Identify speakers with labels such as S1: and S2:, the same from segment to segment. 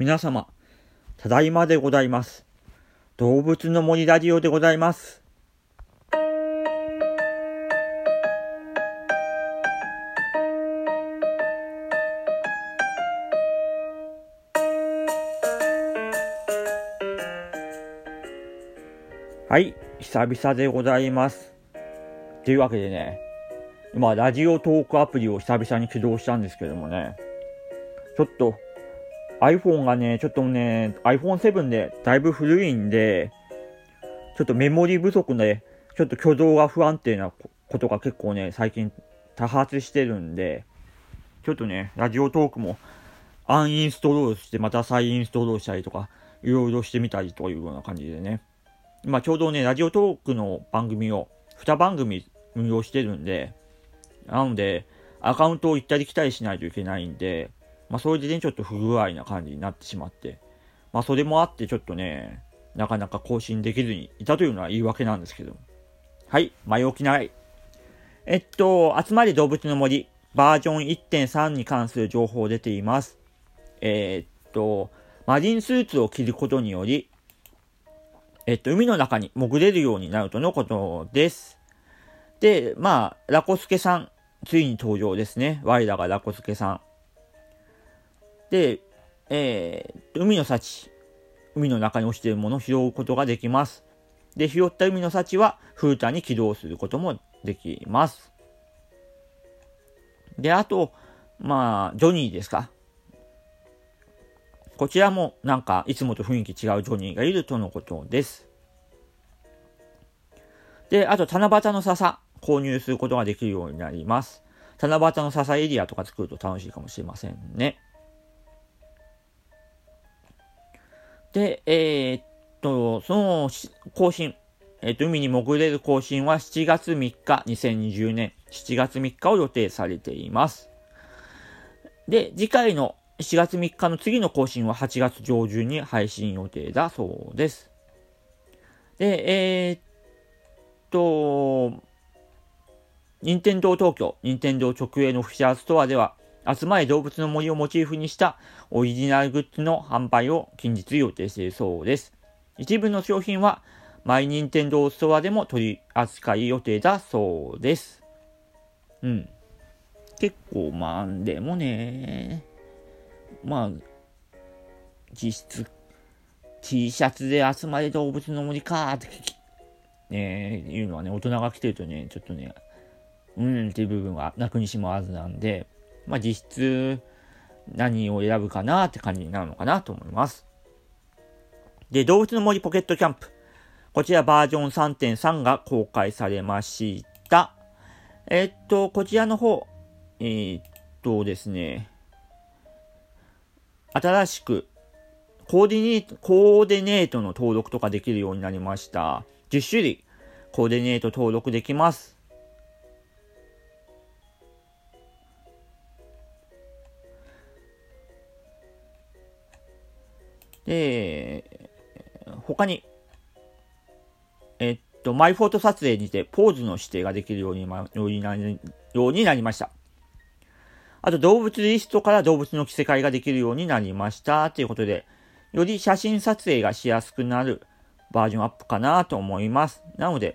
S1: 皆様、ただいまでございます。動物の森ラジオでございます。はい、久々でございます。というわけでね、今、ラジオトークアプリを久々に起動したんですけどもね、ちょっと、iPhone がね、iPhone7 でだいぶ古いんで、ちょっとメモリ不足で、ちょっと挙動が不安定なことが結構ね、最近多発してるんで、ちょっとね、ラジオトークもアンインストロールして、また再インストロールしたりとか、いろいろしてみたりというような感じでね。今ちょうどね、ラジオトークの番組を2番組運用してるんで、なので、アカウントを行ったり来たりしないといけないんで、それでね、ちょっと不具合な感じになってしまって、それもあってちょっとね、なかなか更新できずにいたというのは言い訳なんですけど。はい、前置き長い。集まり動物の森、バージョン 1.3 に関する情報出ています。マリンスーツを着ることにより、海の中に潜れるようになるとのことです。で、ラコスケさん、ついに登場ですね。我らがラコスケさん。で、海の幸、海の中に落ちているものを拾うことができます。で、拾った海の幸はフータに起動することもできます。で、あと、ジョニーですか。こちらもいつもと雰囲気違うジョニーがいるとのことです。で、あと七夕の笹購入することができるようになります。七夕の笹エリアとか作ると楽しいかもしれませんね。で、その更新、海に潜れる更新は7月3日、2020年7月3日を予定されています。で、次回の7月3日の次の更新は8月上旬に配信予定だそうです。で、任天堂東京、任天堂直営のオフィシャルストアでは、集まり動物の森をモチーフにしたオリジナルグッズの販売を近日予定しているそうです。一部の商品は、マイ任天堂ストアでも取り扱い予定だそうです。結構でもね、実質 T シャツで集まり動物の森かーっていうのはね、大人が着てるとね、ちょっとね、っていう部分はなくにしもあらずなんで、実質何を選ぶかなって感じになるのかなと思います。で、動物の森ポケットキャンプ。こちらバージョン 3.3 が公開されました。こちらの方、ですね、新しくコーディネートの登録とかできるようになりました。10種類コーディネート登録できます。で、他に、マイフォト撮影にてポーズの指定ができるようになりました。あと動物リストから動物の着せ替えができるようになりました。ということで、より写真撮影がしやすくなるバージョンアップかなと思います。なので、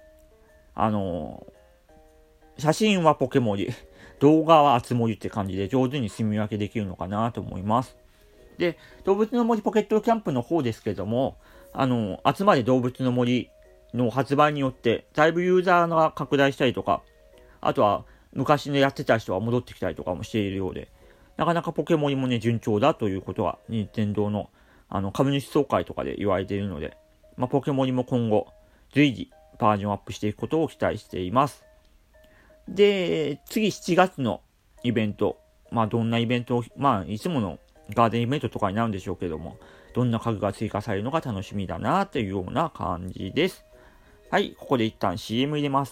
S1: 写真はポケモリ、動画はアツモリって感じで上手に住み分けできるのかなと思います。で、動物の森ポケットキャンプの方ですけども、集まり動物の森の発売によって、だいぶユーザーが拡大したりとか、あとは昔のやってた人が戻ってきたりとかもしているようで、なかなかポケモンもね、順調だということは、任天堂の株主総会とかで言われているので、ポケモンも今後、随時バージョンアップしていくことを期待しています。で、次7月のイベント、どんなイベントを、いつものガーデンイベントとかになるんでしょうけども、どんな家具が追加されるのか楽しみだなというような感じです。はい、ここで一旦 CM 入れます。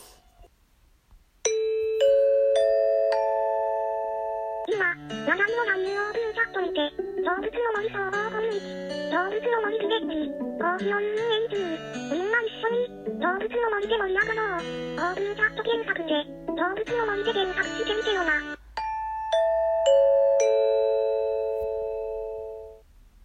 S2: 今、話題の男優 OB チャットにて、動物の森総合コミュニティ、動物の森ビレッジ、講義を運営中。みんな一緒に、動物の森で盛り上がろう。OB チャット検索で、動物の森で検索してみてよな。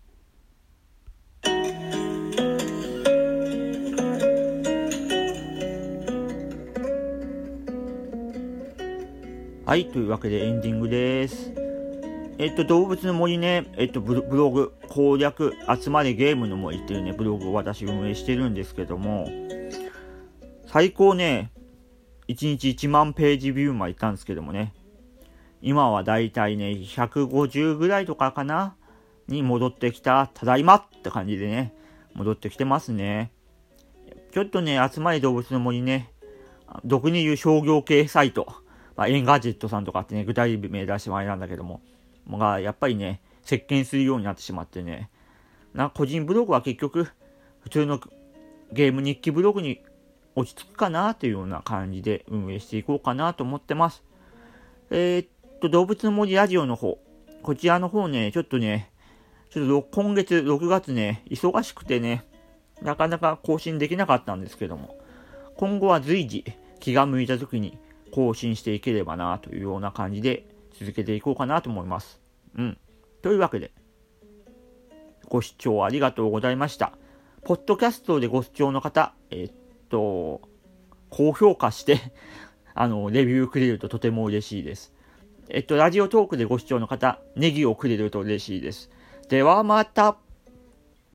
S1: はい、というわけでエンディングです。動物の森ね、ブログ、攻略、集まれゲームの森っていうね、ブログを私運営してるんですけども、最高ね、1日1万ページビューまでいったんですけどもね、今はだいたいね、150ぐらいとかかなに戻ってきた、ただいまって感じでね、戻ってきてますね。ちょっとね、集まれ動物の森ね、俗に言う商業系サイト、エンガジェットさんとかってね、具体名出してもあれなんだけども、がやっぱりね、席巻するようになってしまってね、個人ブログは結局、普通のゲーム日記ブログに落ち着くかなというような感じで運営していこうかなと思ってます。動物の森ラジオの方、こちらの方ね、ちょっと今月6月ね、忙しくてね、なかなか更新できなかったんですけども、今後は随時気が向いた時に更新していければなというような感じで続けていこうかなと思います。というわけで、ご視聴ありがとうございました。ポッドキャストでご視聴の方、高評価してレビューくれるととても嬉しいです。ラジオトークでご視聴の方、ネギをくれると嬉しいです。ではまた。